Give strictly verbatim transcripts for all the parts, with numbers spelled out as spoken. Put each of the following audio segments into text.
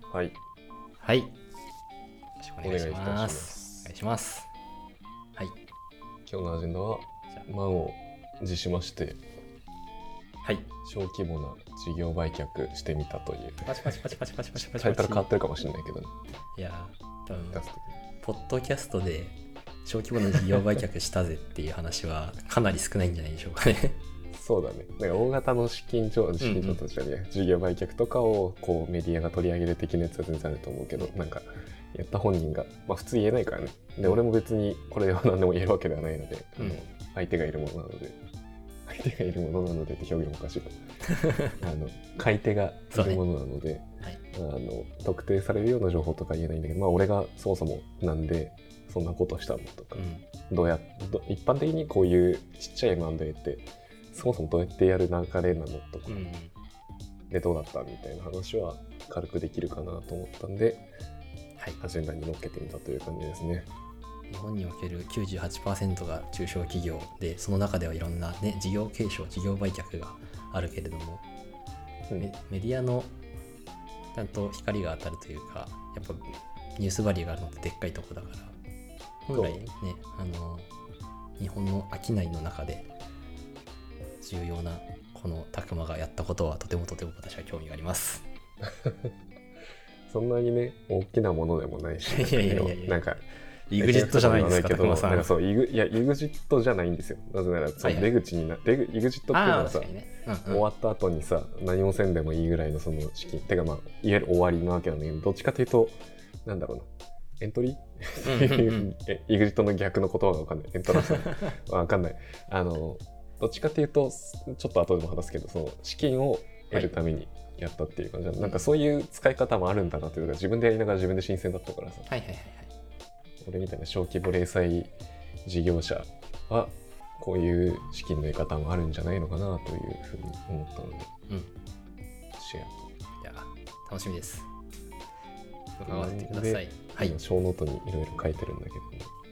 はい。 はい。よろしくお願いしお願いいたしま。 ますす。 お願いします。はい。 今日のアジェンダはじゃ満を持しましてあ、はい。 小規模な事業売却してみたという。 パチパチパチパチパチパチパチタイトパチ。 ル変わってるかもしれないけどね。 いやー、多分出す時ポッドキャストで小規模な事業売却したぜっていう話はかなり少ないんじゃないでしょうかね。 そうだね。なんか大型の資金調資金調達じゃねえや、事業売却とかをこうメディアが取り上げる的なやつは全然あると思うけど、なんかやった本人が、まあ、普通言えないからね。で、俺も別にこれでは何でも言えるわけではないので、 うんあの相手がいるものなので相手がいるものなのでって表現おかしいあの買い手がいるものなので、 はい。 あの特定されるような情報とか言えないんだけど、まあ俺がそもそもなんでそんなことしたのとか、 うん。 どうやど一般的にこういうちっちゃい エムアンドエー ってそもそもどうやってやる流れなのとか、 うん。 でどうだったみたいな話は軽くできるかなと思ったんではい。 アジェンダに乗っけてみたという感じですね。 日本における きゅうじゅうはちパーセント が中小企業で、その中ではいろんなね、事業継承、事業売却があるけれども、 うんメメディアのちゃんと光が当たるというか、やっぱニュースバリューがあるのってでっかいとこだから本来ね、あの日本の商いの中で重要なこのタクマがやったことはとてもとても私は興味があります。 そんなにね大きなものでもないし、 いやいやいやいやなんかイグジットじゃないですか、 けど、 タクマさん。 なんかそうイグいやイグジットじゃないんですよ。なぜならその出口にな、はいはい、出イグジットっていうのはさ、 ねうんうん、 終わった後にさ何もせんでもいいぐらいのその資金てかまあいわゆる終わりなわけなんだけど、どっちかというとなんだろうなエントリー、うんうんうん、イグジットの逆の言葉が分かんないエントランス分かんないあのどっちかというとちょっと後でも話すけどその資金を得るためにやったっていう感じ、はい、なんかそういう使い方もあるんだなというか自分でやりながら自分で新鮮だったからさ、 はいはいはいはい、 俺みたいな小規模零細事業者はこういう資金の得方もあるんじゃないのかなというふうに思ったので、 うん、 シェア。 いや楽しみです。伺わせてください。 はい。小ノートにいろいろ書いてるんだけど、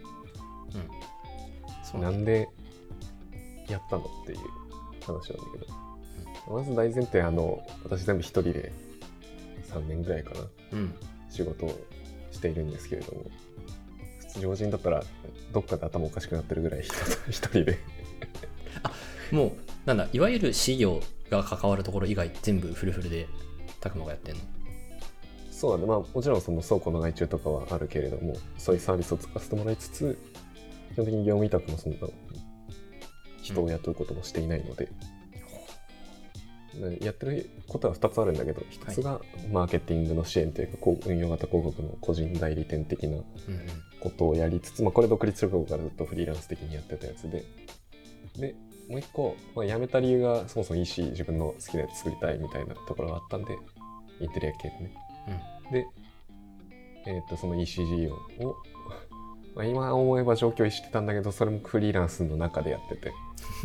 うん、そうね、 なんでやったのっていう話なんだけど、うん、まず大前提あの私全部一人でさんねんぐらいかな、うん、仕事をしているんですけれども、普通常人だったらどっかで頭おかしくなってるぐらい一人であ、もうなんだ、いわゆる事業が関わるところ以外全部フルフルでタクマがやってんの？ そうだね、まあもちろんその倉庫の外注とかはあるけれども、そういうサービスを使わせてもらいつつ、基本的に業務委託もそんな人を雇うこともしていないので、うん、やってることはふたつあるんだけど、ひとつがマーケティングの支援というか、運用型広告の個人代理店的なことをやりつつ、まあ、これ独立直後からずっとフリーランス的にやってたやつで、でもう一個、まあ、辞めた理由がそもそも イーシー 自分の好きなやつ作りたいみたいなところがあったんで、インテリア系でね。うん、で、えー、とその イーシー 事業を、まあ、今思えば上京してたんだけど、それもフリーランスの中でやってて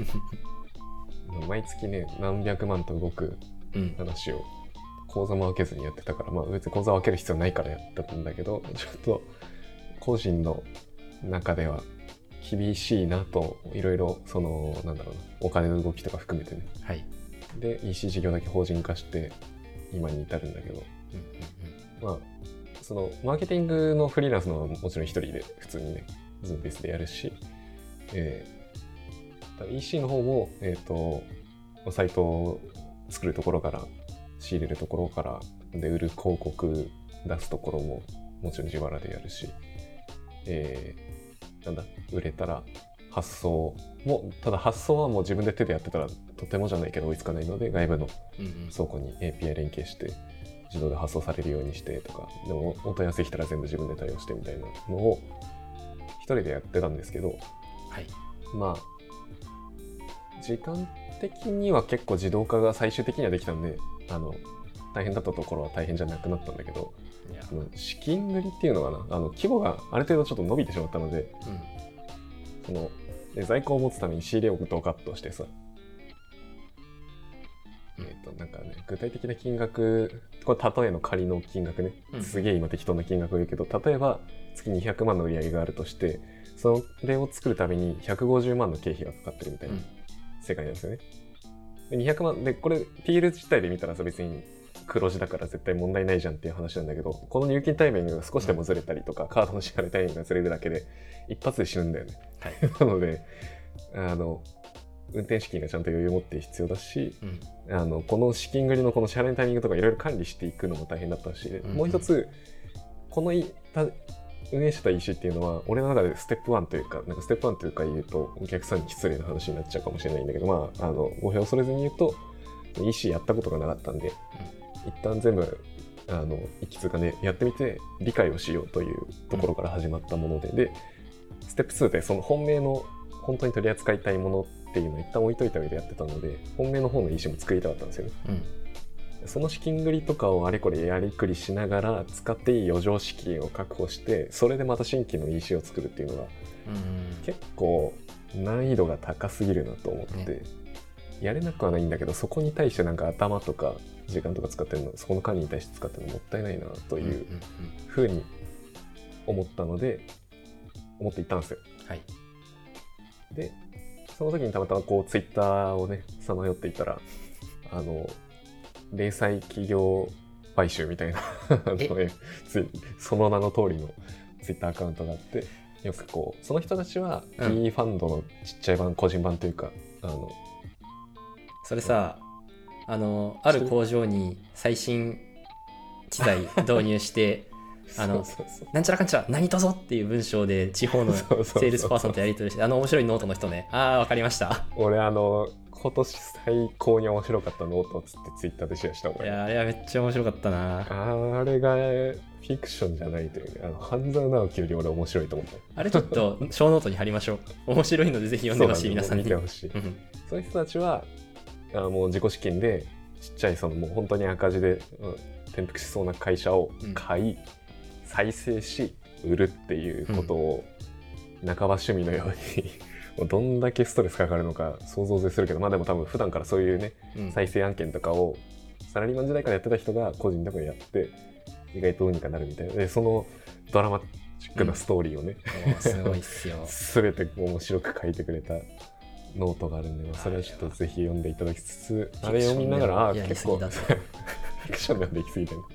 毎月ね何百万と動く話を口座も分けずにやってたから、まあ別に口座分ける必要ないからやったんだけど、ちょっと個人の中では厳しいなと、いろいろそのなんだろうな、お金の動きとか含めてね、はい、で イーシー 事業だけ法人化して今に至るんだけど、うんうんうん、まあそのマーケティングのフリーランスのはもちろん一人で普通にねズームベースでやるし、えー、イーシー の方もえっ、ー、とサイトを作るところから仕入れるところからで売る広告出すところももちろん自腹でやるし、えー、なんだ売れたら発送も、ただ発送はもう自分で手でやってたらとてもじゃないけど追いつかないので、外部の倉庫に エーピーアイ 連携して自動で発送されるようにしてとか、でもお問い合わせ来たら全部自分で対応してみたいなのを一人でやってたんですけど、はい、まあ時間的には結構自動化が最終的にはできたんで、あの大変だったところは大変じゃなくなったんだけど、資金繰りっていうのかな、あの規模がある程度ちょっと伸びてしまったので、うん、そので在庫を持つために仕入れをドカッとしてさ、えーとなんかね、具体的な金額、これ例えの仮の金額ね、うん、すげえ今適当な金額を言うけど、例えば月にひゃくまんの売り上げがあるとして、それを作るためにひゃくごじゅうまんの経費がかかってるみたいな世界なんですよね。でにひゃくまんで、これ ピーエル 自体で見たらさ別に黒字だから絶対問題ないじゃんっていう話なんだけど、この入金タイミングが少しでもずれたりとか、うん、カードの支払いタイミングがずれるだけで一発で死ぬんだよね、はい、なのであの運転資金がちゃんと余裕を持って必要だし、うん、あのこの資金繰りのこの支払いのタイミングとかいろいろ管理していくのも大変だったし、うんうん、もう一つこのいた運営してた イーシー っていうのは俺の中でステップワンというか、なんかステップワンというか言うとお客さんに失礼な話になっちゃうかもしれないんだけど、まあ、あのご評恐れずに言うと イーシー やったことがなかったんで、うん、一旦全部あのいきつかねやってみて理解をしようというところから始まったもので、うん、でステップツーでその本命の本当に取り扱いたいものっていうのを一旦置いといた上でやってたので、本命の方の イーシー も作りたかったんですよね、うん、その資金繰りとかをあれこれやりくりしながら使っていい余剰資金を確保して、それでまた新規の イーシー を作るっていうのが、うん、結構難易度が高すぎるなと思って、ね、やれなくはないんだけど、そこに対してなんか頭とか時間とか使ってるの、そこの管理に対して使ってるのもったいないなというふうに思ったので思っていったんですよ、はい、でその時にたまたまこうツイッターをねさまよっていたら、あの零細企業買収みたいなその名の通りのツイッターアカウントがあって、よくこうその人たちは ピーイー ファンドのちっちゃい版、個人版というか、あのそれさ、あのある工場に最新機材導入してあのそうそうそう、なんちゃらかんちゃら何とぞっていう文章で地方のセールスパーソンとやり取りして、あの面白いノートの人ね、ああわかりました。 俺あの今年最高に面白かったノートっつってツイッターでシェアしたもん。 いやあれはめっちゃ面白かったな。 あれがフィクションじゃないという、あの半沢直樹より俺面白いと思った。 あれちょっと小ノートに貼りましょう。面白いのでぜひ読んでほしい、皆さんに見てほしい。そういう人たちはあもう自己資金でちっちゃいそのもう本当に赤字で、うん、転覆しそうな会社を買い、うん、再生し売るっていうことを半ば趣味のようにもうどんだけストレスかかるのか想像でするけど、まあでも多分普段からそういうね、うん、再生案件とかをサラリーマン時代からやってた人が個人でもやって意外とどうにかなるみたいな、でそのドラマチックなストーリーをね、 うん、すごいっすよ全て面白く書いてくれたノートがあるんで、それはちょっとぜひ読んでいただきつつ、あれ読みながら、あ結構フィクションで読んでいきすぎてる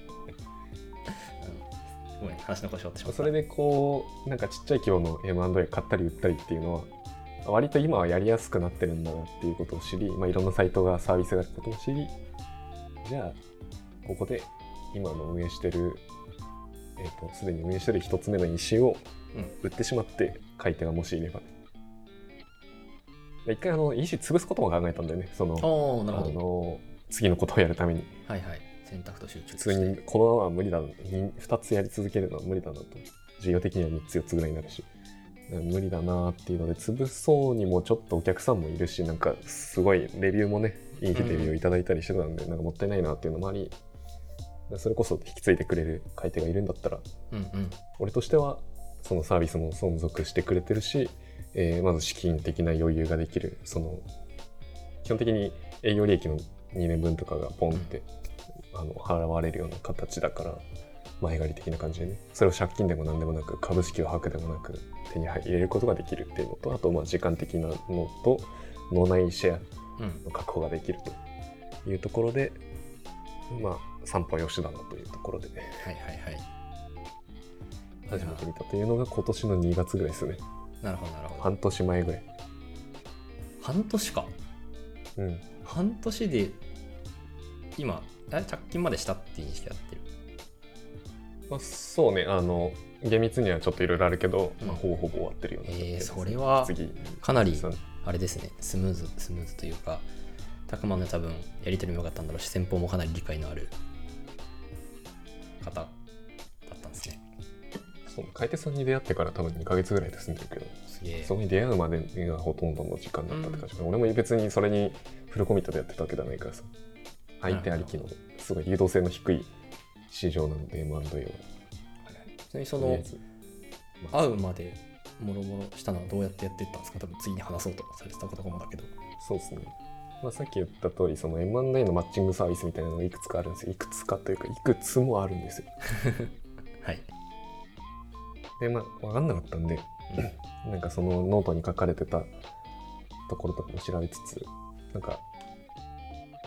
ごめん話の腰折ってしまった。 それでこうなんかちっちゃい規模の エムアンドエー 買ったり売ったりっていうのは割と今はやりやすくなってるんだなっていうことを知り、まあ、いろんなサイトがサービスがあることを知り、じゃあここで今の運営してるえーとすでに運営してる一つ目のイーシーを売ってしまって買い手がもしいれば、一回あの イーシー 潰すことも考えたんだよね、そのおなるほど、 あの次のことをやるために。 はいはい、選択と集中。 普通にこのままは無理だ、ふたつやり続けるのは無理だなと、事業的にはみっつよっつぐらいになるし無理だなっていうので、潰そうにもちょっとお客さんもいるし、なんかすごいレビューもねいいレビューをいただいたりしてたんで、うん、なんかもったいないなっていうのもあり、それこそ引き継いでくれる買い手がいるんだったら、うんうん、俺としてはそのサービスも存続してくれてるし、えー、まず資金的な余裕ができる、その基本的に営業利益のにねんぶんとかがポンって、うん、あの払われるような形だから、前借り的な感じでね、それを借金でも何でもなく株式を吐くでもなく手に入れることができるっていうのと、あとまあ時間的なのと脳内シェアの確保ができるというところで、うん、まあ三波よしだなというところで、はいはいはい、初めて見たというのが今年のにがつぐらいですね。 なるほどなるほど。 半年前ぐらい。 半年か。うん。半年で今着金までしたって認識やってる。 まあ、そうね、あの厳密にはちょっといろいろあるけど、うんまあ、ほぼほぼ終わってるような、 えー、それはかなりあれですね、スムーズスムーズというか、たくまの多分やり取りも良かったんだろうし、先方もかなり理解のある方だったんですね。 そう、買い手さんに出会ってから多分にかげつぐらいで済んでるけど、 すげえ。 そこに出会うまでがほとんどの時間だったって感じ、うん、俺も別にそれにフルコミットでやってたわけではないからさ、相手ありきのすごい流動性の低い市場なので エムアンドエー は。 ちなみにその会うまでもろもろしたのはどうやってやっていったんですか？多分次に話そうとされてたことかもだけど。 そうですね、まあ、さっき言った通りその エムアンドエー のマッチングサービスみたいなのがいくつかあるんですよ。いくつかというかいくつもあるんですよはいでまあ分かんなかったんで、うん、なんかそのノートに書かれてたところとかも調べつつ、なんか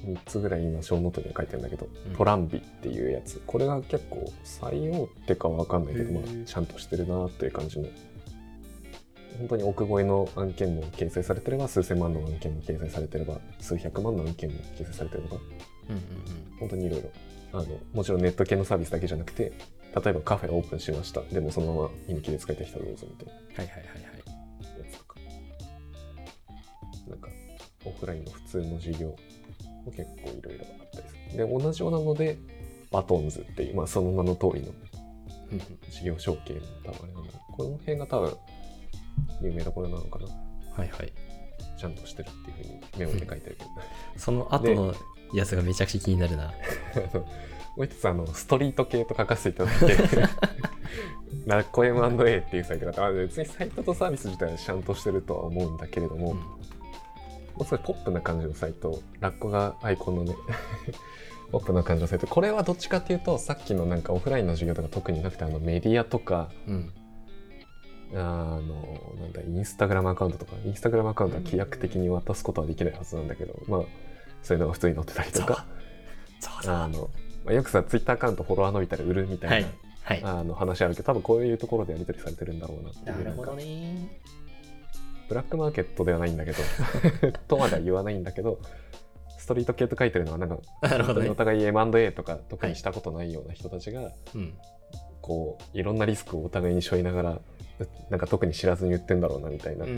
みっつぐらい今小ノートには書いてるんだけど、 うん、 トランビっていうやつ、これが結構最大手かは分かんないけど、まあ、ちゃんとしてるなっていう感じの、本当に億超えの案件も掲載されてれば、数千万の案件も掲載されてれば、数百万の案件も掲載されてれば、 うんうんうん、 本当にいろいろ、あのもちろんネット系のサービスだけじゃなくて、例えばカフェオープンしました、でもそのまま居抜きで使いたい人はどうぞみたいなはいはいはいはいやつとか、なんかオフラインの普通の授業も結構いろいろあったりする。で同じようなのでバトンズっていう、まあ、その名の通りの事業承継の多分あれなんだ、この辺が多分有名どころなのかな。 はいはい。 ちゃんとしてるっていうふうにメモで書いてるけどその後のやつがめちゃくちゃ気になるな。 もう一つあのストリート系と書かせていただいてラッコ エムアンドエー っていうサイトがあって、別にサイトとサービス自体はちゃんとしてるとは思うんだけれども、うん、もうすごいポップな感じのサイト、ラッコがアイコンのねポップな感じのサイト、これはどっちかっていうとさっきのなんかオフラインの授業とか特になくて、あのメディアとか、うん、あのなんだインスタグラムアカウントとか、インスタグラムアカウントは規約的に渡すことはできないはずなんだけど、まあそういうのが普通に載ってたりとか、あの、まあ、よくさツイッターアカウントフォロワー伸びたら売るみたいな、はいはい、あの話あるけど、多分こういうところでやり取りされてるんだろうなっていう。 なるほどね。 ブラックマーケットではないんだけどとまでは言わないんだけど、ストリート系と書いてるのはなんかなるほど、ね、お互い エムアンドエー とか特にしたことないような人たちが、はい、うん、こういろんなリスクをお互いに背負いながら、なんか特に知らずに言ってんだろうなみたいな、うん、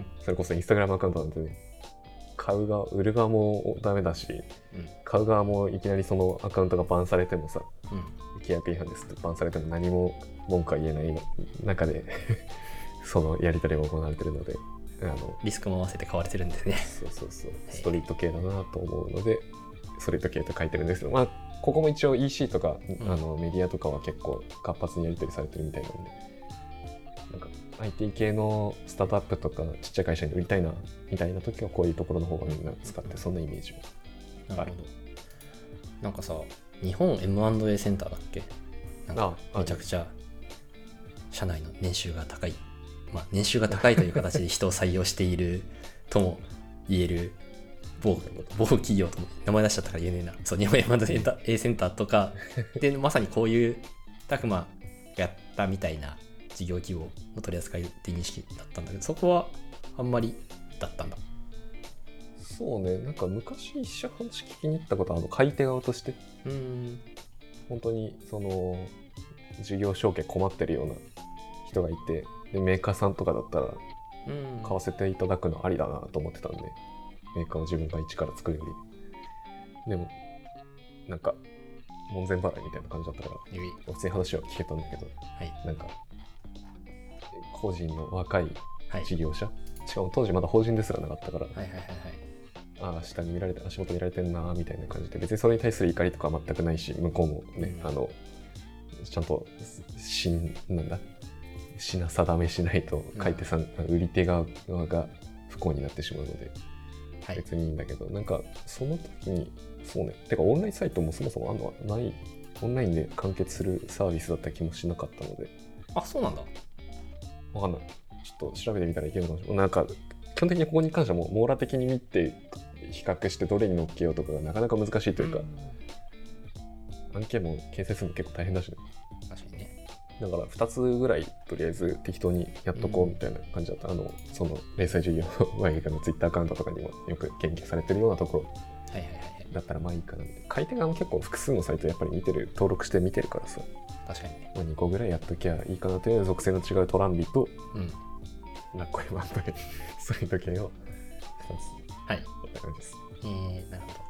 それこそインスタグラムアカウントなんてね、買う側売る側もダメだし、うん、買う側もいきなりそのアカウントがバンされてもさ、うん、規約違反ですってバンされても何も文句は言えない中でそのやり取りが行われてるので、あのリスクも合わせて買われてるんですね。 そうそうそう、ストリート系だなと思うのでストリート系と書いてるんですけど、まあここも一応 イーシー とか、うん、あのメディアとかは結構活発にやり取りされてるみたいなので、なんか アイティー 系のスタートアップとかちっちゃい会社に売りたいなみたいな時はこういうところの方がみんな使って、そんなイメージがある。 なるほど。なんかさ、日本 エムアンドエー センターだっけ、なんかめちゃくちゃ社内の年収が高い、まあ年収が高いという形で人を採用しているとも言える某, 某企業とも名前出しちゃったから言えねえな。そう、日本 エムアンドエー センターとかでまさにこういうタクマがやったみたいな事業規模の取り扱いって認識だったんだけど、そこはあんまりだったんだ。 そうね、なんか昔一社話聞きに行ったことは、あの買い手側として、うーん、本当にその事業承継困ってるような人がいて、でメーカーさんとかだったら買わせていただくのありだなと思ってたんで、メーカーを自分が一から作るより、でもなんか門前払いみたいな感じだったから普通に話は聞けたんだけど、はい、なんか個人の若い事業者、はい、しかも当時まだ法人ですらなかったから、はいはいはいはい、ああ下に見られて足元見られてんなみたいな感じで、別にそれに対する怒りとかは全くないし、向こうもね、うん、あのちゃんとしんなんだ品定めしないと買い手さん、うん、売り手側が不幸になってしまうので、はい、別にいいんだけど、なんかその時にそうね、てかオンラインサイトもそもそもあんのはない、オンラインで完結するサービスだった気もしなかったので。 あ、そうなんだ。 わかんない。ちょっと調べてみたらいけるかもしれない。なんか基本的にここに関してはもう網羅的に見て比較してどれに乗っけようとかがなかなか難しいというか、うん、案件も形成するの結構大変だしね。 確かにね。だからふたつぐらいとりあえず適当にやっとこうみたいな感じだった。うん、あのその零細事業のワイリカのツイッターアカウントとかにもよく研究されてるようなところ。はいはいはい、だったらまあいいかなみたいな。買い手側も結構複数のサイトやっぱり見てる、登録して見てるからさ、 確かにね、 まあ、にこぐらいやっときゃいいかなという属性の違うトランビと、うん、ラッコエマンドでそういう時計をふたつやった感じです。 えー、なるほど。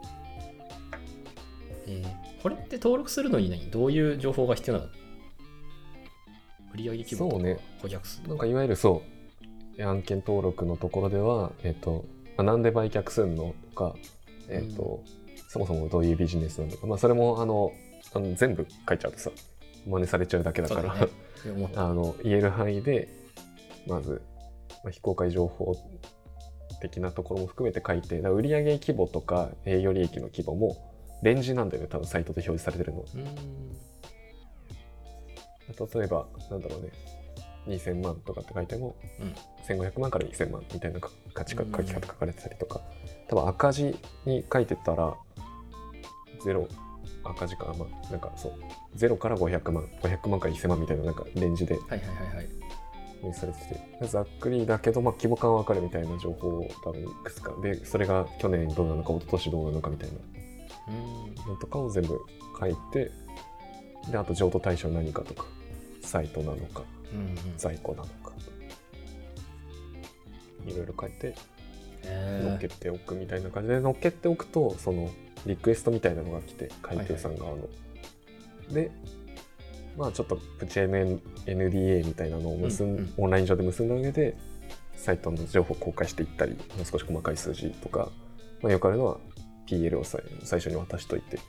えー、これって登録するのに何どういう情報が必要なの？売上規模とか顧客数とか、 なんかいわゆるそう案件登録のところでは、えっとまあ、なんで売却するのとか、えーとうん、そもそもどういうビジネスなのか、まあ、それもあのあの全部書いちゃうとさ真似されちゃうだけだから、ね、あの言える範囲でまず、まあ、非公開情報的なところも含めて書いて、売上規模とか営業利益の規模もレンジなんだよね、多分サイトで表示されてるの。うん、例えばなんだろうね、 にせんまんとかって書いても、 うん、 せんごひゃくまんからにせんまんみたいな書き書き方書かれてたりとか、多分赤字に書いてたらゼロ赤字か、まあなんかそうゼロからごひゃくまんごひゃくまんからせんまんみたいななんかレンジではいはいはいはいされてて、ざっくりだけど、まあ、規模感は分かるみたいな情報を多分いくつかで、それが去年どうなのか一昨年どうなのかみたいなのとかを全部書いて、であと譲渡対象何かとかサイトなのか、うんうん、在庫なのかいろいろ書いて乗っけておくみたいな感じで、乗っけておくとそのリクエストみたいなのが来て、海底さん側の、はいはい、でまあちょっとプチ エヌディーエー みたいなのを結ん、うんうん、オンライン上で結んだ上でサイトの情報を公開していったり、もう少し細かい数字とか、まあ、よくあるのは ピーエル を最初に渡しといて、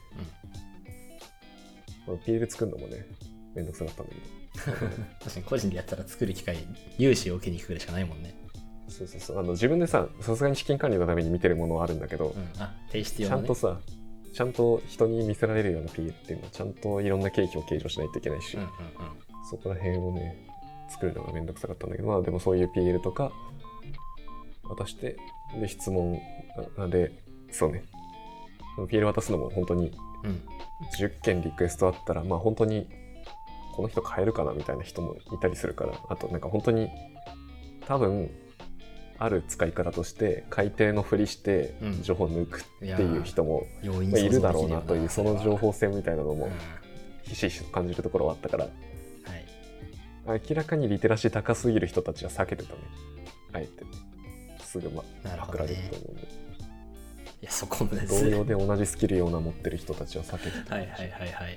うん、ピーエル 作るのもねめんどくさかったんだけど確かに個人でやったら作る機会融資を受けに行くぐらいしかないもんね。 そうそうそう、あの自分でささすがに資金管理のために見てるものはあるんだけど、うん、 あ提出用のね、 ちゃんとさちゃんと人に見せられるような ピーエル っていうのはちゃんといろんな経費を計上しないといけないし、うんうんうん、そこら辺をね作るのがめんどくさかったんだけど、まあでもそういう ピーエル とか渡して、で質問でそうね ピーエル 渡すのも本当にじゅっけんリクエストあったら、まあ本当にこの人買えるかなみたいな人もいたりするから、あとなんか本当に多分ある使い方として海底のふりして情報を抜くっていう人も、うん、い, まあ、いるだろうなという、その情報性みたいなのもひしひしと感じるところはあったから、はい、明らかにリテラシー高すぎる人たちは避けてたね、あえてすぐまパクられると思うんで、ね、 いやそこまで同様で同じスキルような持ってる人たちは避けてた。 はいはいはいはい、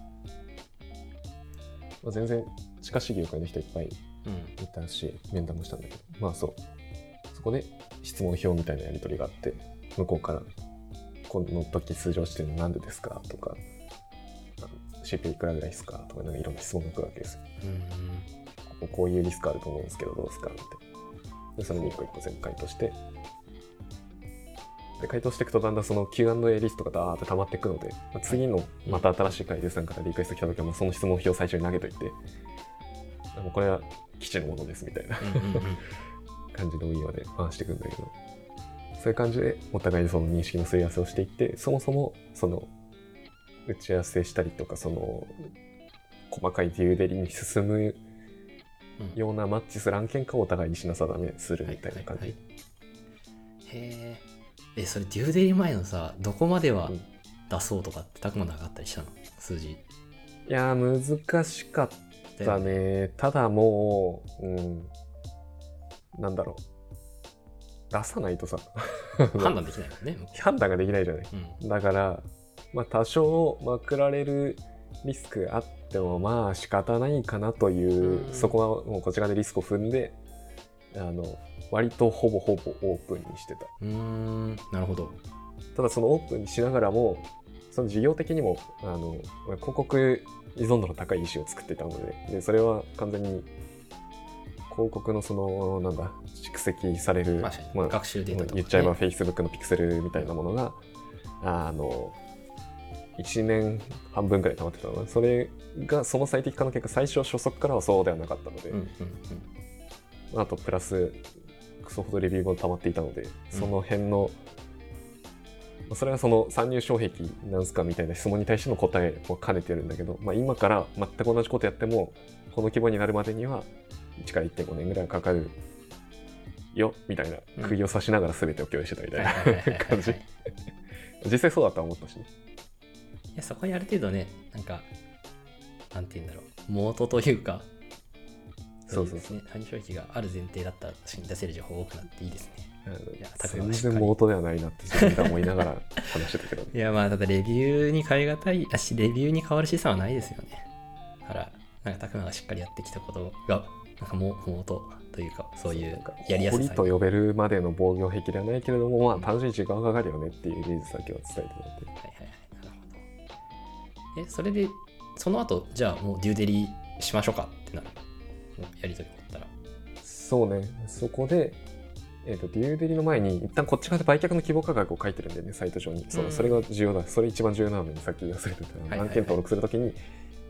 まあ、全然近しい業界の人いっぱいいたし、うん、面談もしたんだけど、まあそうそこで質問票みたいなやり取りがあって、向こうからこの時数字落ちてるのなんでですかとか シーピーユー いくらぐらいですかとか、なんかいろんな質問が来るわけですよ、うん、こここういうリスクあると思うんですけどどうですかって、でそれに一個一個全部回答して、で回答していくとだんだんその キューアンドエー リストがダーって溜まっていくので、まあ、次のまた新しい回流さんからリクエスト来た時はもうその質問票を最初に投げといて、もうこれは基地のものですみたいな感じの運用で回していくんだけど、そういう感じでお互いにその認識のすり合わせをしていって、そもそもその打ち合わせしたりとか、その細かいデューデリに進むようなマッチする案件かをお互いに品定めするみたいな感じ。 はいはいはい、へえ。え、それデューデリ前のさ、どこまでは出そうとかってたくまなかったりしたの？数字。 いやー難しかったね。ただもう、うん、なんだろう、出さないとさ判断できないもんね。 判断ができないじゃない、うん、だからまあ多少まくられるリスクあってもまあ仕方ないかなという、うん、そこはもうこっち側でリスクを踏んで、あの割とほぼほぼオープンにしてた。 うーん、なるほど。 ただそのオープンにしながらも、その事業的にもあの広告依存度の高い意思を作っていたので、でそれは完全に広告のそのなんだ蓄積される、 まあ、学習データとか、ね、 言っちゃえば Facebook のピクセルみたいなものがあのいちねんはんぶんくらい溜まってたので、それがその最適化の結果最初初速からはそうではなかったので、うんうんうん、あとプラスソフトレビューも溜まっていたので、その辺の、うん、それはその参入障壁なんすかみたいな質問に対しての答えを兼ねてるんだけど、まあ、今から全く同じことやってもこの規模になるまでにはいちからいってんごねんぐらいかかるよみたいな釘を刺しながら全てを共有してたみたいな感じ。実際そうだとは思ったしね。 いやそこにある程度ね、なんかなんて言うんだろう、モートというか、そうですね、参入障壁がある前提だったら確かに出せる情報多くなっていいですね。 いや全然モートではないなって自分で思いながら話してたけど、ね、 いやまあただレビューに変え難いし、レビューに変わる資産はないですよね。だからなんかタクマがしっかりやってきたことがなんかモートというか、そういうやりやすさ、 堀と呼べるまでの防御壁ではないけれども、まあ単純に時間がかかるよねっていう事実だけは伝えてもらって。はいはいはい、なるほど。えそれでその後じゃあもうデューデリしましょうかってなるやり取りがあったら、 そうね、そこで、えーと、デューデリの前に一旦こっち側で売却の規模価格を書いてるんでね、サイト上に。そう、それが重要だ。それ一番重要なのにさっき忘れてた。案件登録するときに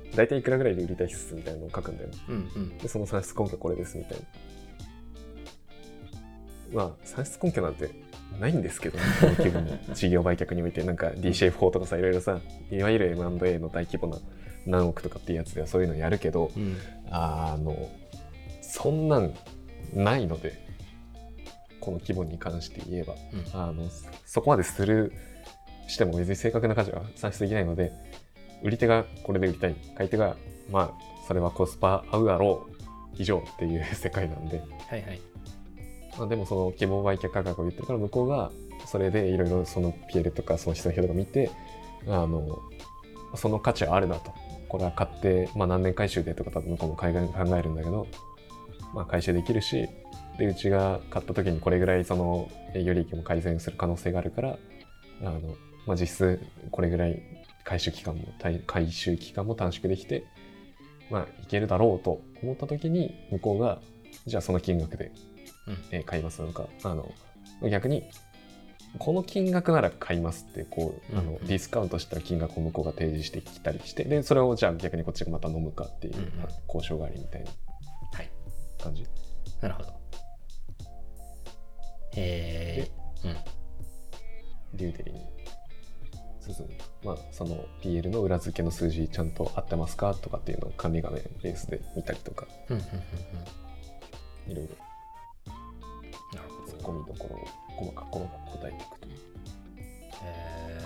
大体いくらぐらいで売りたいっすみたいなのを書くんだよね、 うんうん、 でその算出根拠これですみたいな。まあ算出根拠なんてないんですけど、ね、この規模の事業売却においてなんか ディーシーエフ 法とかさ、いろいろさ、いわゆる エムアンドエー の大規模な何億とかっていうやつではそういうのやるけど、 うん、 あのそんなんないので、この規模に関して言えば、うん、あのそこまでするしても別に正確な価値は算出できないので、売り手がこれで売りたい、買い手がまあそれはコスパ合うだろう以上っていう世界なんで、 はいはい、 まあ、でもその希望売却価格を言ってるから、向こうがそれでいろいろその ピーエル とか損失の表とか見て、あのその価値はあるなと、これは買って、まあ、何年回収でとか多分向こうも考えるんだけど、まあ、回収できるし、でうちが買った時にこれぐらいその営業利益も改善する可能性があるから、あの、まあ、実質これぐらい回収期間も回収期間も短縮できて、まあ、いけるだろうと思った時に、向こうがじゃあその金額で、うんえー、買いますのか、あの逆にこの金額なら買いますってこう、うんうん、あのディスカウントした金額を向こうが提示してきたりして、でそれをじゃあ逆にこっちがまた飲むかっていう、うんうん、交渉代わりみたいな感じ、 はい、なるほど。へえ、うん、 デューデリに進む。まあその ピーエル の裏付けの数字ちゃんと合ってますかとかっていうのを管理画面ベースで見たりとか、うんうんうんうん、いろいろなるほど、 ツッコミどころを細かく細かく答えていくと。 へ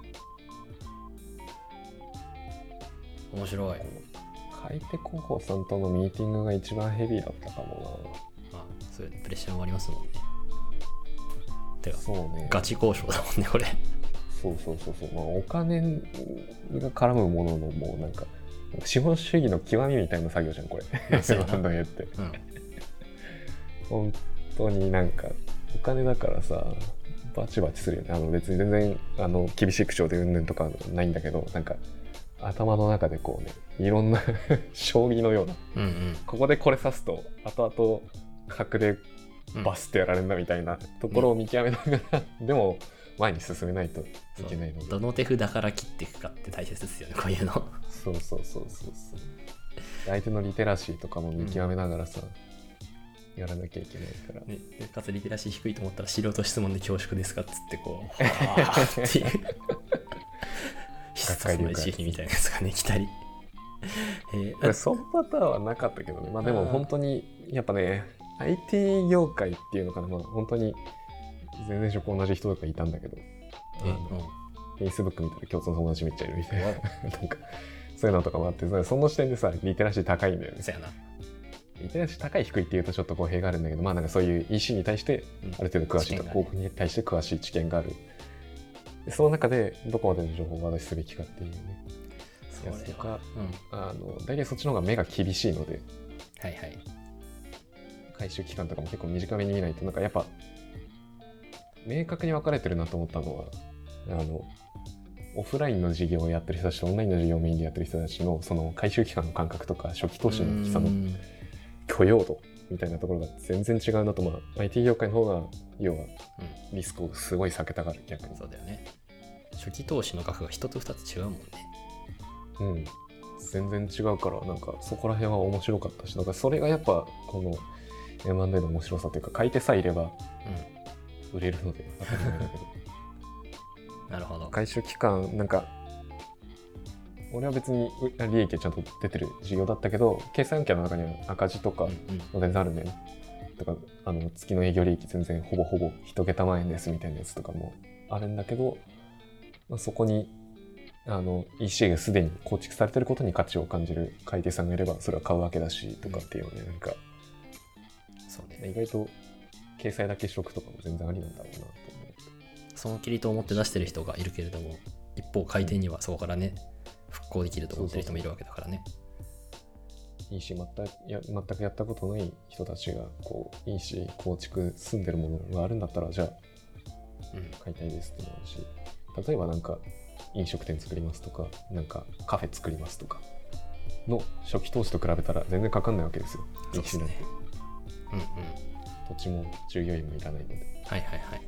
ー、面白い。 買い手広報さんとのミーティングが一番ヘビーだったかもな。あ、そういうプレッシャーもありますもんね。てか、 そうね、 ガチ交渉だもんねこれ。 そうそうそうそう、まあ、お金が絡むもののもうなんか資本主義の極みみたいな作業じゃんこれ。そうなんだよって、うん、本当になんかお金だからさバチバチするよね。あの別に全然あの厳しい口調でうんぬんとかないんだけど、なんか頭の中でこうね、いろんな将棋のような、うんうん、ここでこれ指すと後々角でバスってやられるんだみたいなところを見極めながら、うん、でも前に進めないといけないので、 どの手札から切っていくかって大切ですよね、こういうの。 そうそうそうそうそう、相手のリテラシーとかも見極めながらさ、うん、やらなきゃいけないから、 ね、でかつリテラシー低いと思ったら素人質問で恐縮ですかっつってこうはーっていう必殺の石みたいなやつがね来たり、 えー、そのパターンはなかったけどね。まあでも本当にやっぱね アイティー 業界っていうのかな、まあ本当に全然職同じ人とかいたんだけど、あの、うん、Facebook 見たら共通の友達めっちゃいるみたいななんかそういうのとかもあって、その視点でさリテラシー高いんだよね。 そうやな。 リテラシー高い低いっていうとちょっと語弊があるんだけど、まあなんかそういう イーシー に対してある程度詳しいとか、広告に対して詳しい知見がある。その中でどこまでの情報をお渡しすべきかっていうね、やつとか、うん、あの大体そっちの方が目が厳しいので、 はいはい、 回収期間とかも結構短めに見ないと、なんかやっぱ明確に分かれてるなと思ったのは、あのオフラインの事業をやってる人たちとオンラインの事業をメインでやってる人たちのその回収期間の感覚とか初期投資の基礎の許容度みたいなところが全然違うなと。まあ アイティー 業界の方が要はリスクをすごい避けたがる、逆に。 そうだよね。初期投資の額が一つ二つ違うもんね。 うん、全然違うから、なんかそこら辺は面白かったし、なんかそれがやっぱこの エムアンドエー の面白さというか、買い手さえいれば売れるので当たり前だけど。 なるほど。 回収期間、なんか俺は別に利益がちゃんと出てる事業だったけど、決算案件の中には赤字とかも全然あるんだよね。うんうん、とかあの月の営業利益全然ほぼほぼ一桁万円ですみたいなやつとかもあるんだけど、まあ、そこにあの イーシー がすでに構築されてることに価値を感じる買い手さんがいればそれは買うわけだしとかっていうのね、なんかそうね、 意外と掲載だけしとくとかも全然ありなんだろうなと思う。 そのキリトを持って出してる人がいるけれども、一方買い手にはそこからね、復興できると思ってる人もいるわけだからね。 イーシー 全くや全くやったことない人たちがこう イーシー 構築住んでるものがあるんだったら、じゃあ、うん、買いたいですってなるし、例えばなんか飲食店作りますとか、なんかカフェ作りますとかの初期投資と比べたら全然かかんないわけですよ。 そうですね。うんうん。 土地も従業員もいらないので。 はいはいはい。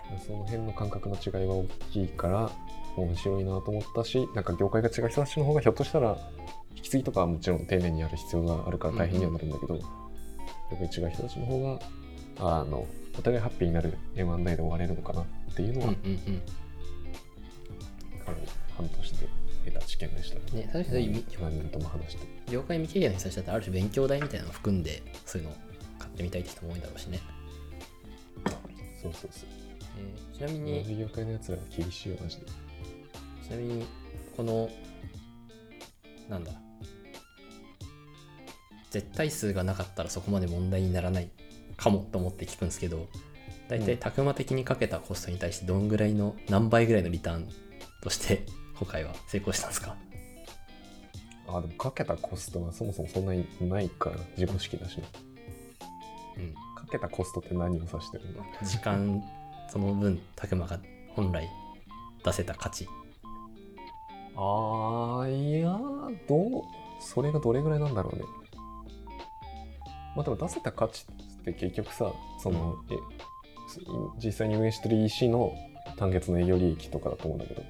へえ。その辺の感覚の違いは大きいから、 面白いなと思ったし、なんか業界が違う人たちの方がひょっとしたら引き継ぎとかはもちろん丁寧にやる必要があるから大変にはなるんだけど、うんうん、業界違う人たちの方があのお互いハッピーになる エムアンドエー で終われるのかなっていうのは、うんうんうん、かなり半年で得た知見でしたね。 ね、確かに何人とも話して業界未経験の人たちだってある種勉強代みたいなのを含んでそういうのを買ってみたいって人も多いんだろうしね。 そうそうそう、 えー、ちなみに同じ業界のやつらが厳しいよマジで。 ちなみにこのなんだ絶対数がなかったらそこまで問題にならないかもと思って聞くんですけど、だいたいたくま的にかけたコストに対してどんぐらいの何倍ぐらいのリターンとして今回は成功したんですか？ あ、でもかけたコストはそもそもそんなにないから自己資金だしね。うん。かけたコストって何を指してるの？ 時間その分たくまが本来出せた価値。 ああ、いやどうそれがどれぐらいなんだろうね。まあでも出せた価値って結局さ、その、うん、え実際に運営してる イーシー の単月の営業利益とかだと思うんだけど、うん、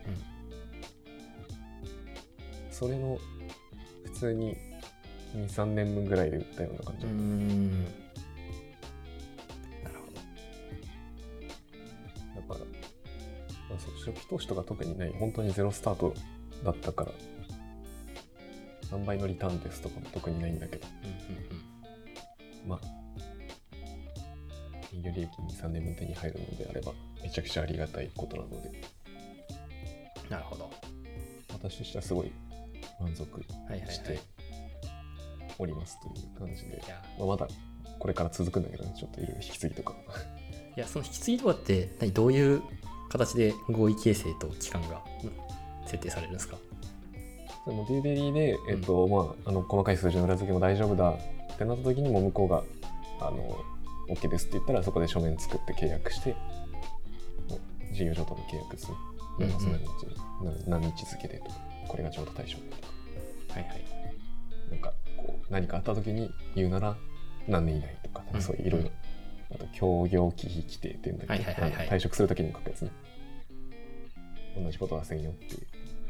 それの普通ににさんねんぶんぐらいで売ったような感じ。うーん、なるほど。だから、まあ、そう初期投資とか特にない、本当にゼロスタートだったから何倍のリターンですとかも特にないんだけど、うんうんうん、まあ営業利益にさんねんぶん手に入るのであればめちゃくちゃありがたいことなので。 なるほど。 私としてはすごい満足しておりますという感じで、はいはいはい、まあ、まだこれから続くんだけどね、ちょっといろいろ引き継ぎとかいや、その引き継ぎとかって何どういう形で合意形成と期間が設定されるんですか？ そのデューデリーで、えっとうんまあ、あの細かい数字の裏付けも大丈夫だってなった時にも向こうがあの OK ですって言ったらそこで書面作って契約して事業譲渡の契約する、うんうん、何, 何日付でとかこれが譲渡対象とか、はいはい、なんかこう何かあった時に言うなら何年以内とか、うん、そういういろいろ、あと協業忌避規定っていうんだけど、はいはいはいはい、退職する時に書くやつね。同じことはせんよっていう、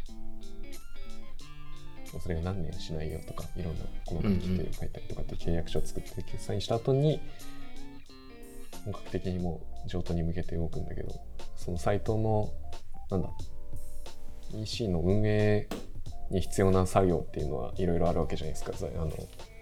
それが何年しないよとかいろんな細かい規定を書いたりとかって契約書を作って決済した後に本格的にもう譲渡に向けて動くんだけど、そのサイトのなんだ イーシー の運営に必要な作業っていうのはいろいろあるわけじゃないですか。あの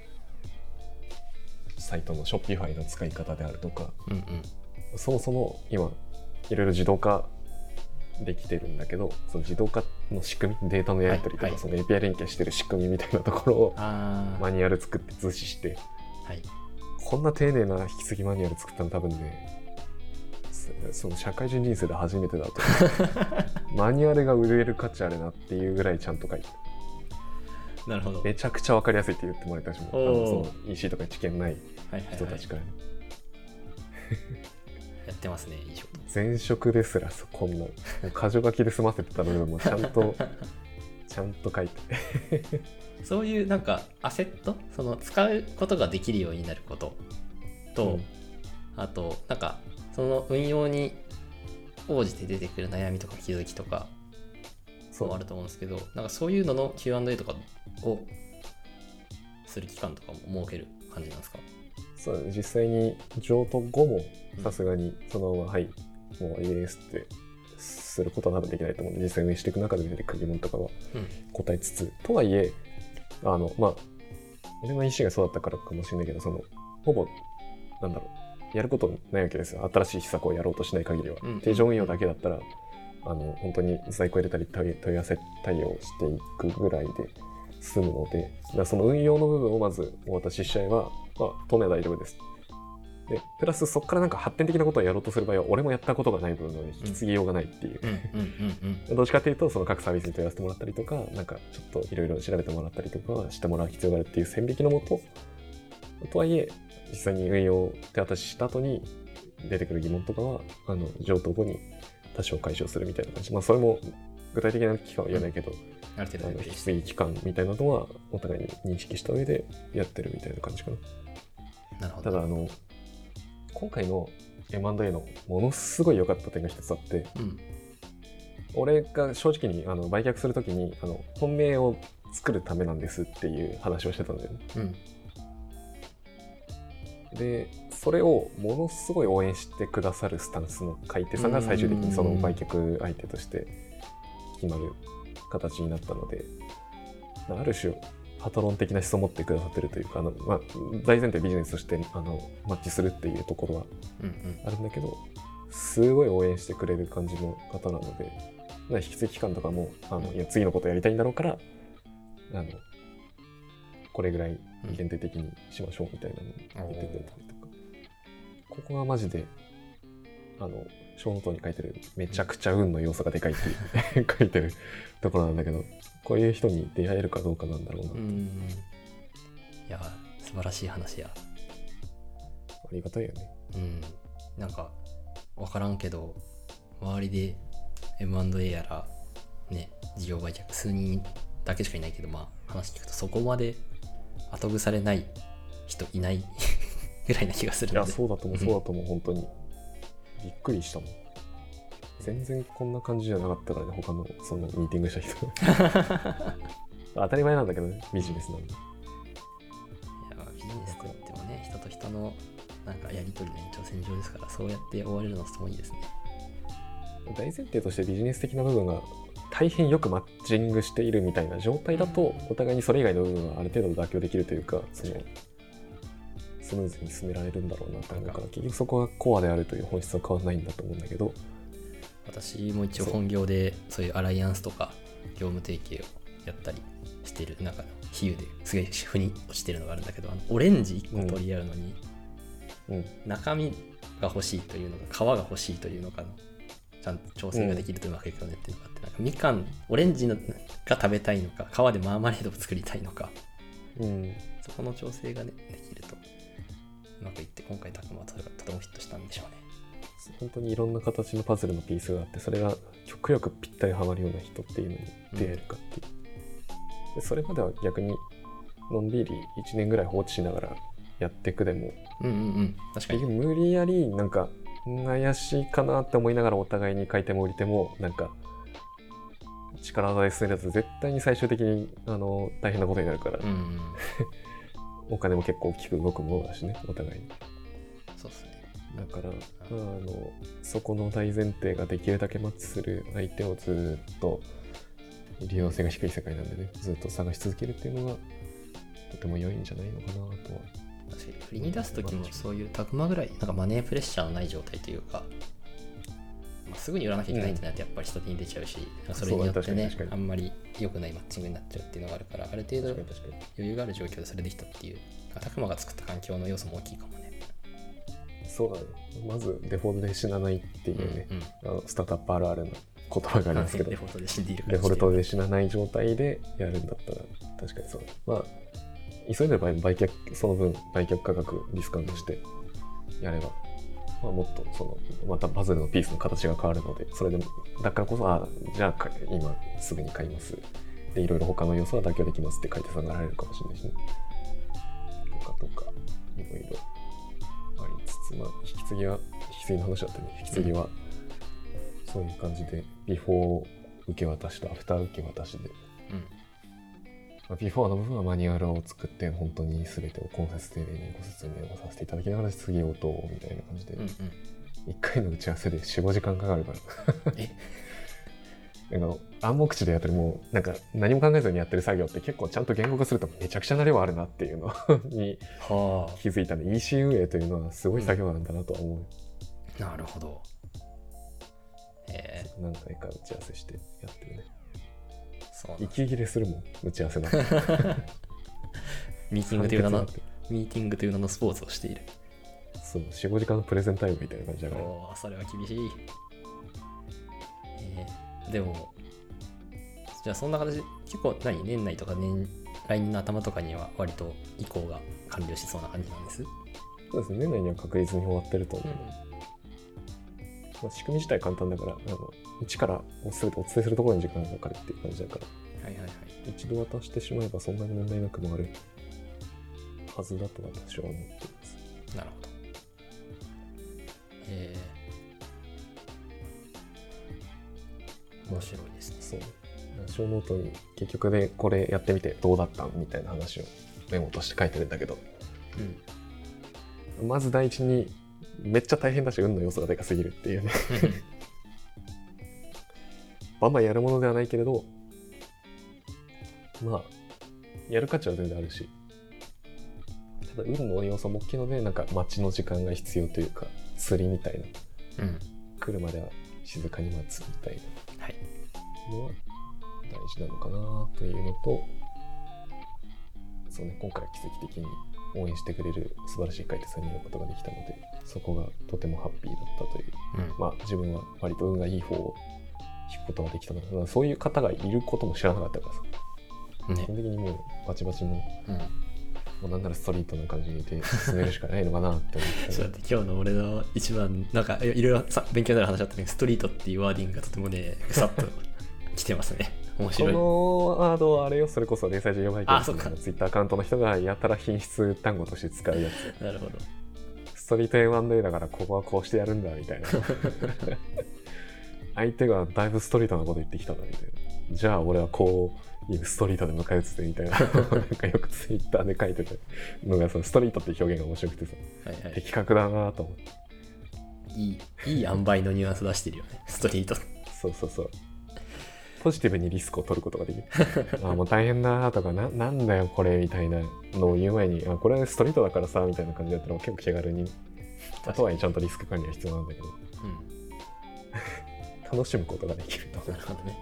サイトの Shopify の使い方であるとか、うんうん、そもそも今いろいろ自動化できてるんだけど、その自動化の仕組み、データのやり取りとか、はいはい、その エーピーアイ 連携してる仕組みみたいなところをマニュアル作って図示して、はい、こんな丁寧な引き継ぎマニュアル作ったの多分ね、その社会人人生で初めてだとマニュアルが売れる価値あるなっていうぐらいちゃんと書いて、 なるほど、 めちゃくちゃ分かりやすいって言ってもらえたしも、あのその イーシー とか知見ない人たちからね、はいはいはいやってますね、いい仕事。 前職ですらこんなもう箇条書きで済ませてた部分もちゃんとちゃんと書いてそういうなんかアセット、その使うことができるようになることと、うん、あとなんかその運用に応じて出てくる悩みとか気づきとかもあると思うんですけど、なんかそういうのの キューアンドエー とかをする期間とかも設ける感じなんですか？ そう実際に譲渡後もさすがにそのまま、うん、はいもういいですってすることは多分できないと思うので、実際運営していく中で出てくる疑問とかは答えつつ、うん、とはいえあのまあ俺の意思がそうだったからかもしれないけど、そのほぼなんだろうやることないわけですよ。新しい施策をやろうとしない限りは、うん、定常運用だけだったらあの本当に在庫入れたり問い合わせ対応していくぐらいで済むので、だからその運用の部分をまずお渡ししちゃえば、まあ、当面は大丈夫です。でプラスそこからなんか発展的なことをやろうとする場合は俺もやったことがない部分なので引き継ぎようがないっていう、どっちかというとその各サービスに問い合わせてもらったりとか、なんかちょっといろいろ調べてもらったりとかしてもらう必要があるっていう線引きのもととはいえ、実際に運用を手渡しした後に出てくる疑問とかはあの譲渡後に多少解消するみたいな感じ、まあそれも具体的な期間は言えないけど、うん、ある程度引き継ぎ期間みたいなのはお互いに認識した上でやってるみたいな感じかな。 なるほど。 ただあの今回の エムアンドエー のものすごい良かった点が一つあって、うん、 俺が正直にあの売却するときにあの本命を作るためなんですっていう話をしてたんだよね。うん、でそれをものすごい応援してくださるスタンスの買い手さんが最終的にその売却相手として決まる形になったので、ある種パトロン的な思想を持ってくださってるというか、あの、まあ、大前提ビジネスとしてあのマッチするっていうところはあるんだけど、うんうん、すごい応援してくれる感じの方なので、引き継ぎ期間とかもあのいや次のことやりたいんだろうからあのこれぐらい限定的にしましょうみたいなのを言ってくれたりとか、ここがマジであのショーノートに書いてるめちゃくちゃ運の要素がでかいっていう書いてるところなんだけど、こういう人に出会えるかどうかなんだろうな。うん、 いや素晴らしい話や。 ありがたいよね。 うん、なんか分からんけど周りで エムアンドエー やらね事業売却数人だけしかいないけど、まあ話聞くとそこまで後腐れない人いないぐらいな気がするので。 いやそうだと思う、そうだと思う、本当にびっくりしたもん。全然こんな感じじゃなかったからね、他のそのミーティングした人当たり前なんだけどね、ビジネスなんで。いやビジネスといってもね、人と人のなんかやり取りの延長線上ですから、そうやって終われるのはすごいですね。 大前提としてビジネス的な部分が大変よくマッチングしているみたいな状態だと、お互いにそれ以外の部分はある程度妥協できるというか、そのスムーズに進められるんだろうなと思うから、結局そこがコアであるという本質は変わらないんだと思うんだけど、 私も一応本業でそういうアライアンスとか業務提携をやったりしてる中の比喩ですげえ腑に落ちてるのがあるんだけど、あのオレンジいっこ取り合うのに、うんうん、中身が欲しいというのか皮が欲しいというのかのちゃんと調整ができるとうまくいくよねっていうのがあって、なんかみかんオレンジのが食べたいのか皮でマーマレードを作りたいのか、うん、そこの調整がねできるとうまくいって、今回タクマはそれがとてもフィットしたんでしょうね。 本当にいろんな形のパズルのピースがあって、それが極力ぴったりはまるような人っていうのに出会えるかっていう、うん、でそれまでは逆にのんびりいちねんぐらい放置しながらやっていくでも、 うんうんうん、確かに無理やりなんか怪しいかなって思いながらお互いに買い手も売り手もなんか力技で進めると絶対に最終的にあの大変なことになるから、うんうん、お金も結構大きく動くものだしね、お互いに。 そうっすね。 だから、あのそこの大前提ができるだけマッチする相手をずっと利用性が低い世界なんでね、ずっと探し続けるっていうのがとても良いんじゃないのかなとは。 確かに売りに出す時もそういうタクマぐらいなんかマネープレッシャーのない状態というか、まあ、すぐに売らなきゃいけないんじゃないとやっぱり人手に出ちゃうし、うん、それによってねあんまり良くないマッチングになっちゃうっていうのがあるから、ある程度余裕がある状況でそれできたっていうタクマが作った環境の要素も大きいかもね。 そうだね。まずデフォルトで死なないっていうね、うんうん、あのスタートアップあるあるの言葉がありますけど、 デフォルトで死んでいるデフォルトで死なない状態でやるんだったら確かにそう。まあ急いでる場合売却その分売却価格ディスカウントしてやれば、まあ、もっとそのまたパズルのピースの形が変わるので、それでだからこそあじゃあ今すぐに買いますでいろいろ他の要素は妥協できますって買い手さんがられるかもしれないしね、とかとかいろいろありつつ、まあ引き継ぎは引き継ぎの話だったね。引き継ぎはそういう感じでビフォー受け渡しとアフター受け渡しで、うんまあ、ビフォーの部分はマニュアルを作って本当に全てを今節丁寧にご説明をさせていただきながら次応答みたいな感じで、うんうん、いっかいの打ち合わせで よん,ご 時間かかるからえなんか暗黙知でやってるもうなんか何も考えずにやってる作業って結構ちゃんと言語化するとめちゃくちゃな量あるなっていうのに気づいたね。 イーシー 運営というのはすごい作業なんだなとは思う、 うん、なるほど。 えー、何回か打ち合わせしてやってるね。そう息切れするもん打ち合わせなんてミーティングという名のミーティングという名のスポーツをしている。 そう よん,ご 時間のプレゼンタイムみたいな感じだから。 おーそれは厳しい。えー、でもじゃあそんな形で結構何年内とか年来年の頭とかには割と移行が完了しそうな感じなんです。 そうですね、年内には確実に終わってると思う、うんまあ、仕組み自体簡単だから、あの一から全てお伝えするところに時間がかかるっていう感じだから、はいはいはい、一度渡してしまえばそんなに問題なく回るはずだと私は思っています。 なるほど。えー、 面白いですね。 そう小ノートに結局でこれやってみてどうだったんみたいな話をメモとして書いてるんだけど、うん、まず第一にめっちゃ大変だし運の要素がでかすぎるっていうねバンバンやるものではないけれど、まあやる価値は全然あるし、ただ運の要素も大きいので、なんか待ちの時間が必要というか釣りみたいな、うん、来るまでは静かに待つみたいなのは大事なのかなというのと、そうね、今回は奇跡的に応援してくれる素晴らしい書いてさんに会うことができたので、そこがとてもハッピーだったという、うん、まあ自分は割と運がいい方を引くことができたので、そういう方がいることも知らなかったからさ、ね、基本的にもうバチバチの、うん、もうなんならストリートな感じで進めるしかないのかなって思ってそうだって今日の俺の一番なんかいろいろさ勉強になる話だったけど、ストリートっていうワーディングがとてもねさっと来てますね。面白い。 このワードはあれよ、それこそ零細授業バイトのツイッターアカウントの人がやたら品質単語として使うやつ。 なるほど。 ストリート エーワンデー だからここはこうしてやるんだみたいな相手がだいぶストリートなこと言ってきたなみたいな、じゃあ俺はこういうストリートで迎え撃つぜみたいななんかよくツイッターで書いてたのが、そのストリートっていう表現が面白くてさ、はいはい、的確だなと思って、 いいいい塩梅のニュアンス出してるよねストリート。 そうそうそう、ポジティブにリスクを取ることができるあもう大変だとか な, なんだよこれみたいなのを言う前に、あこれストリートだからさみたいな感じだったら結構気軽に、あとはちゃんとリスク管理は必要なんだけど、うん、楽しむことができると。 なるほどね。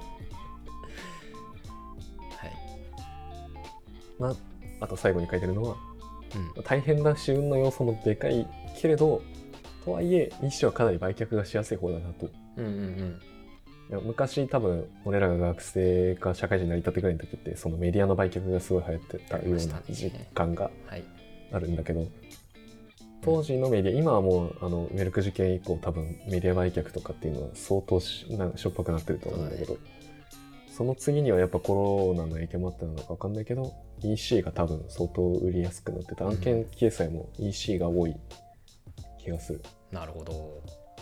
はい。 まああと最後に書いてるのは、うん、大変だし運の要素もでかいけれど、とはいえ一種はかなり売却がしやすい方だなと。うんうんうん、昔多分俺らが学生か社会人になりたてぐらいの時ってそのメディアの売却がすごい流行ってたような実感があるんだけど、当時のメディア、今はもうあのメルク事件以降多分メディア売却とかっていうのは相当しなしょっぱくなってると思うんだけど、その次にはやっぱコロナの影響もあったのか分かんないけど イーシー が多分相当売りやすくなってた、案件掲載も イーシー が多い気がする。 なるほど。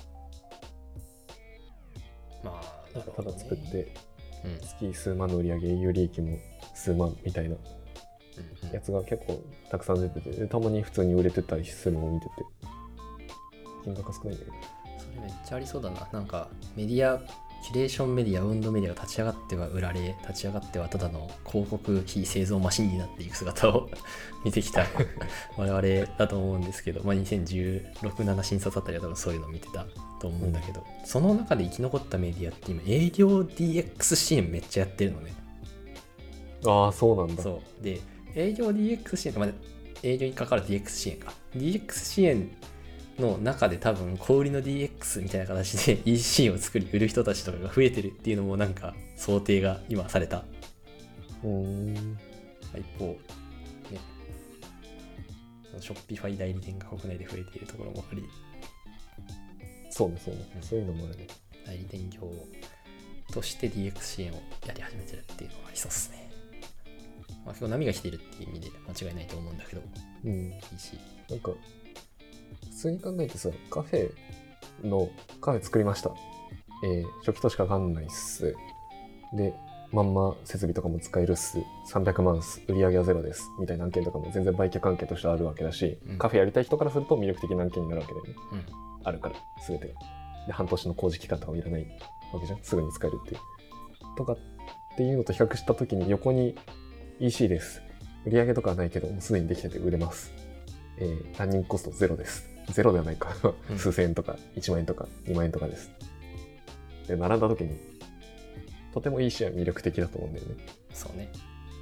まあただ作って月数万の売り上げ、営業利益も数万みたいなやつが結構たくさん出てて、たまに普通に売れてたりするのを見てて金額が少ないんだけど、 それめっちゃありそうだな。なんかメディアキュレーションメディア、運動メディアが立ち上がっては売られ、立ち上がってはただの広告非製造マシンになっていく姿を見てきた我々だと思うんですけど、まあ、にせんじゅうろく、なな新卒あたりは多分そういうのを見てたと思うんだけど、うん、その中で生き残ったメディアって今営業 ディーエックス 支援めっちゃやってるのね。 ああそうなんだ。 そうで営業 ディーエックス 支援か、まあ、営業に関わる ディーエックス 支援か ディーエックス 支援の中で多分小売りの ディーエックス みたいな形で イーシー を作り売る人たちとかが増えてるっていうのもなんか想定が今された。 うーん一方ね、ショッピファイ代理店が国内で増えているところもあり、 そうねそうね、うん、そういうのもあるね。 代理店業として ディーエックス 支援をやり始めてるっていうのはありそうですね。まあ、結構波が来てるっていう意味で間違いないと思うんだけど、 うん、いいし、なんか普通に考えてさ、カフェのカフェ作りました、えー、初期投資かかんないっす、でまんま設備とかも使えるっす、さんびゃくまんっす、売上はゼロですみたいな案件とかも全然売却案件としてあるわけだし、うん、カフェやりたい人からすると魅力的な案件になるわけだよね、うん、あるから全てがで、半年の工事期間とかもいらないわけじゃん、すぐに使えるっていうとかっていうのと比較した時に、横に イーシー です、売上とかはないけどもうすでにできてて売れます、えー、ランニングコストゼロです、ゼロではないか数千円とかいちまん円とかにまん円とかですで並んだ時にとても イーシー は魅力的だと思うんだよね。 そうね、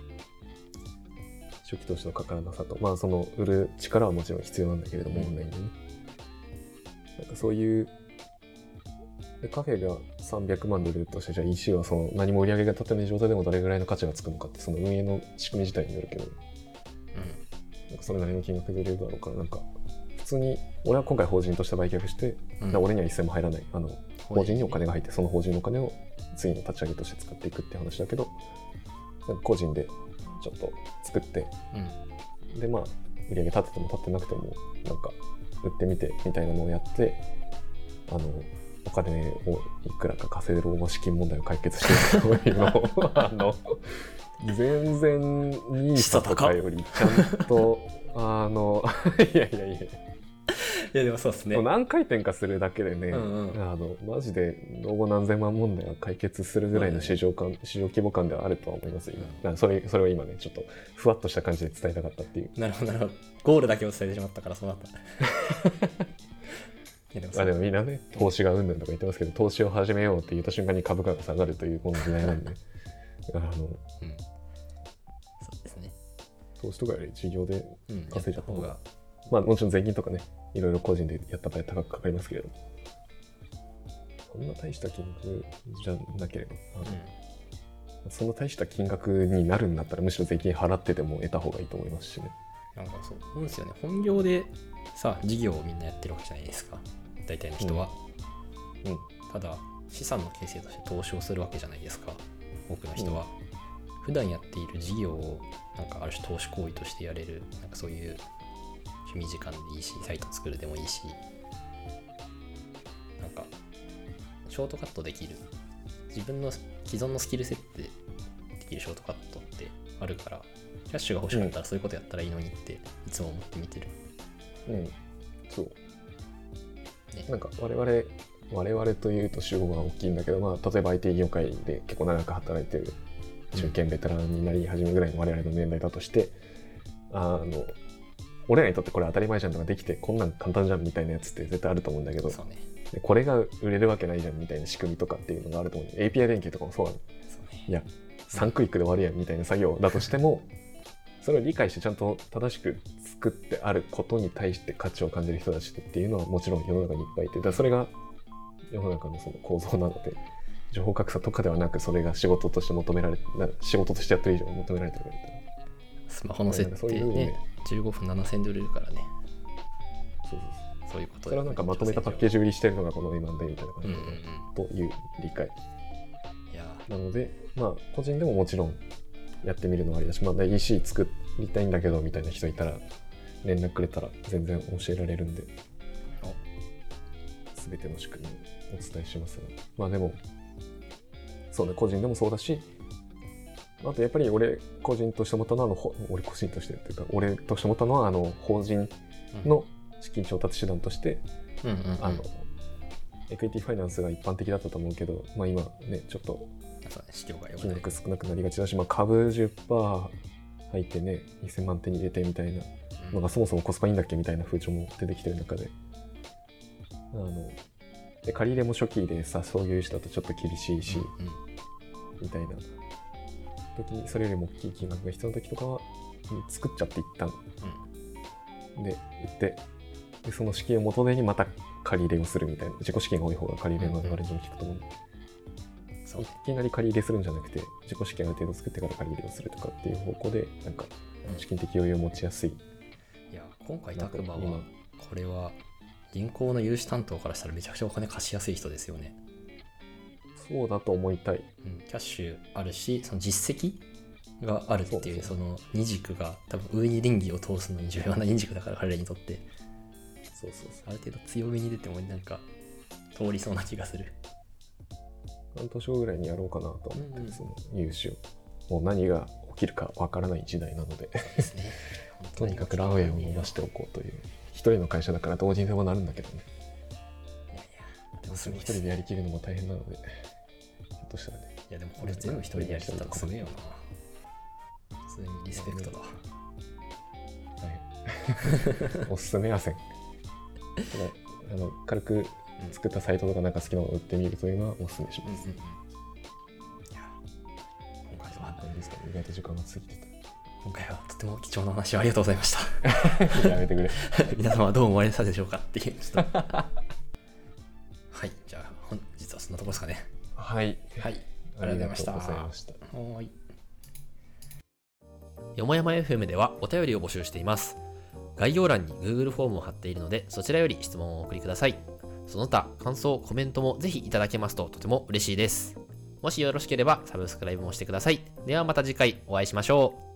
初期投資のかからなさと、まあその売る力はもちろん必要なんだけれども、オンラインでね、なんかそういうでカフェがさんびゃくまんで売れるとして、じゃあ イーシー はその何も売り上げが立てない状態でもどれぐらいの価値がつくのかって、その運営の仕組み自体によるけど、うん、なんかそれなりの金額で売れるだろうから、なんか普通に俺は今回法人として売却して、うん、俺には一銭も入らない、あの法人にお金が入って、その法人のお金を次の立ち上げとして使っていくって話だけど、なんか個人でちょっと作って、うん、でまあ売り上げ立てても立ってなくてもなんか売ってみてみたいなのをやって、あのお金をいくらか稼いでる応募資金問題を解決してるというのをあの全然ニーサとかよりちゃんとあのいやいやいやいやでもそうですね。 何回転かするだけでね、 うんうん、 あのマジで老後何千万問題は解決するぐらいの市場感、ね、市場規模感ではあるとは思いますよ、うん、それそれを今ねちょっとふわっとした感じで伝えたかったっていう。 なるほどなるほど。ゴールだけを伝えてしまったからそうなったいやでも、あでもみんなね投資がうんぬんとか言ってますけど、投資を始めようって言った瞬間に株価が下がるというこの時代なんであの、うん、そうですね。 投資とかより事業で稼いじゃった方が、 うん、 まあもちろん税金とかねいろいろ個人でやった場合高くかかりますけれども、そんな大した金額じゃなければ、あの、うん、そんな大した金額になるんだったらむしろ税金払ってでも得た方がいいと思いますしね。 なんかそう思うんですよね。本業でさ事業をみんなやってるわけじゃないですか、大体の人は、うんうん、ただ資産の形成として投資をするわけじゃないですか、多くの人は、うん、普段やっている事業をなんかある種投資行為としてやれる、なんかそういう趣味時間でいいし、サイト作るでもいいし、なんかショートカットできる、自分の既存のスキル設定できるショートカットってあるから、キャッシュが欲しかったらそういうことやったらいいのにっていつも思って見てる。 うん、そう、ね、なんか我々我々というと主語が大きいんだけど、まあ、例えば アイティー 業界で結構長く働いてる中堅ベテランになり始めぐらいの我々の年代だとして、あの俺らにとってこれ当たり前じゃんとかできてこんなん簡単じゃんみたいなやつって絶対あると思うんだけど、 そうね、 でこれが売れるわけないじゃんみたいな仕組みとかっていうのがあると思う。 エーピーアイ 連携とかもそうなの。 そうね、 いやさんクリックで終わるやんみたいな作業だとしてもそれを理解してちゃんと正しく作ってあることに対して価値を感じる人たちっていうのはもちろん世の中にいっぱいいて、だからそれが世の中のその構造なので、情報格差とかではなくそれが仕事として求められて、仕事としてやってる以上求められてるから、 スマホの設定ね、ねじゅうごふんななせんえんで売れるからね。 そうそうそう、 そういうことそれはなんかまとめたパッケージ売りしてるのがこの エムアンドエー みたいな感じで、 うんうんうん、 という理解。 いやなのでまあ個人でももちろんやってみるのはありだし、まあ、イーシー 作りたいんだけどみたいな人いたら連絡くれたら全然教えられるんで、全ての仕組みをお伝えしますが、まあでもそうね、個人でもそうだし、あとやっぱり俺個人として思ったのはあの俺個人としてっていうか俺として思ったのはあの法人の資金調達手段として、うんうんうんうん、あのエクイティファイナンスが一般的だったと思うけど、まあ、今ねちょっと金額少なくなりがちだし、まあ、株 じゅっパーセント 入ってねにせんまん手に入れてみたいなのがそもそもコスパいいんだっけみたいな風潮も出てきてる中で、あので借り入れも初期でさそういう人だとちょっと厳しいし、うんうん、みたいな時にそれよりも大きい金額が必要な時とかは作っちゃって一旦、うん、で売ってでその資金を元手にまた借り入れをするみたいな、自己資金が多い方が借り入れの流れにも効くと思う、うんうん、そういきなり借り入れするんじゃなくて自己資金ある程度作ってから借り入れをするとかっていう方向でなんか資金的余裕を持ちやすい、うん、 いや今回拓磨はこれは銀行の融資担当からしたらめちゃくちゃお金貸しやすい人ですよね。 そうだと思いたい、 うん、キャッシュあるしその実績があるっていう、その二軸が多分上に倫理を通すのに重要な二軸だから彼らにとって、そうそうそう、ある程度強めに出てもなんか通りそうな気がする。 半年後ぐらいにやろうかなと思って、うんうん、その融資をもう何が起きるかわからない時代なので、そうですね、とにかくランウェイを伸ばしておこうという。一人の会社だから同時にでもなるんだけどね。いやいや、でもすごい一人でやりきるのも大変なので、ひょっとしたらね。 いやでもこれ全部一人でやりきったらすげえよな。普通にリスペクトだ。はい。 おすすめはせん。あの軽く作ったサイトとかなんか好きなのを売ってみるというのはおすすめします。うんうんうん、いや、今回は何ですかね、意外と時間が過ぎてた。 今回はとても貴重な話をありがとうございました。 やめてくれ。 皆様はどう思われたでしょうかっていうちょっとはい、じゃあ本日はそんなところですかね。 はいはい、ありがとうございました。 ありがとうございました。 はい。よもやま エフエム ではお便りを募集しています。概要欄に Google フォームを貼っているのでそちらより質問をお送りください。その他感想コメントもぜひいただけますととても嬉しいです。もしよろしければサブスクライブもしてください。ではまた次回お会いしましょう。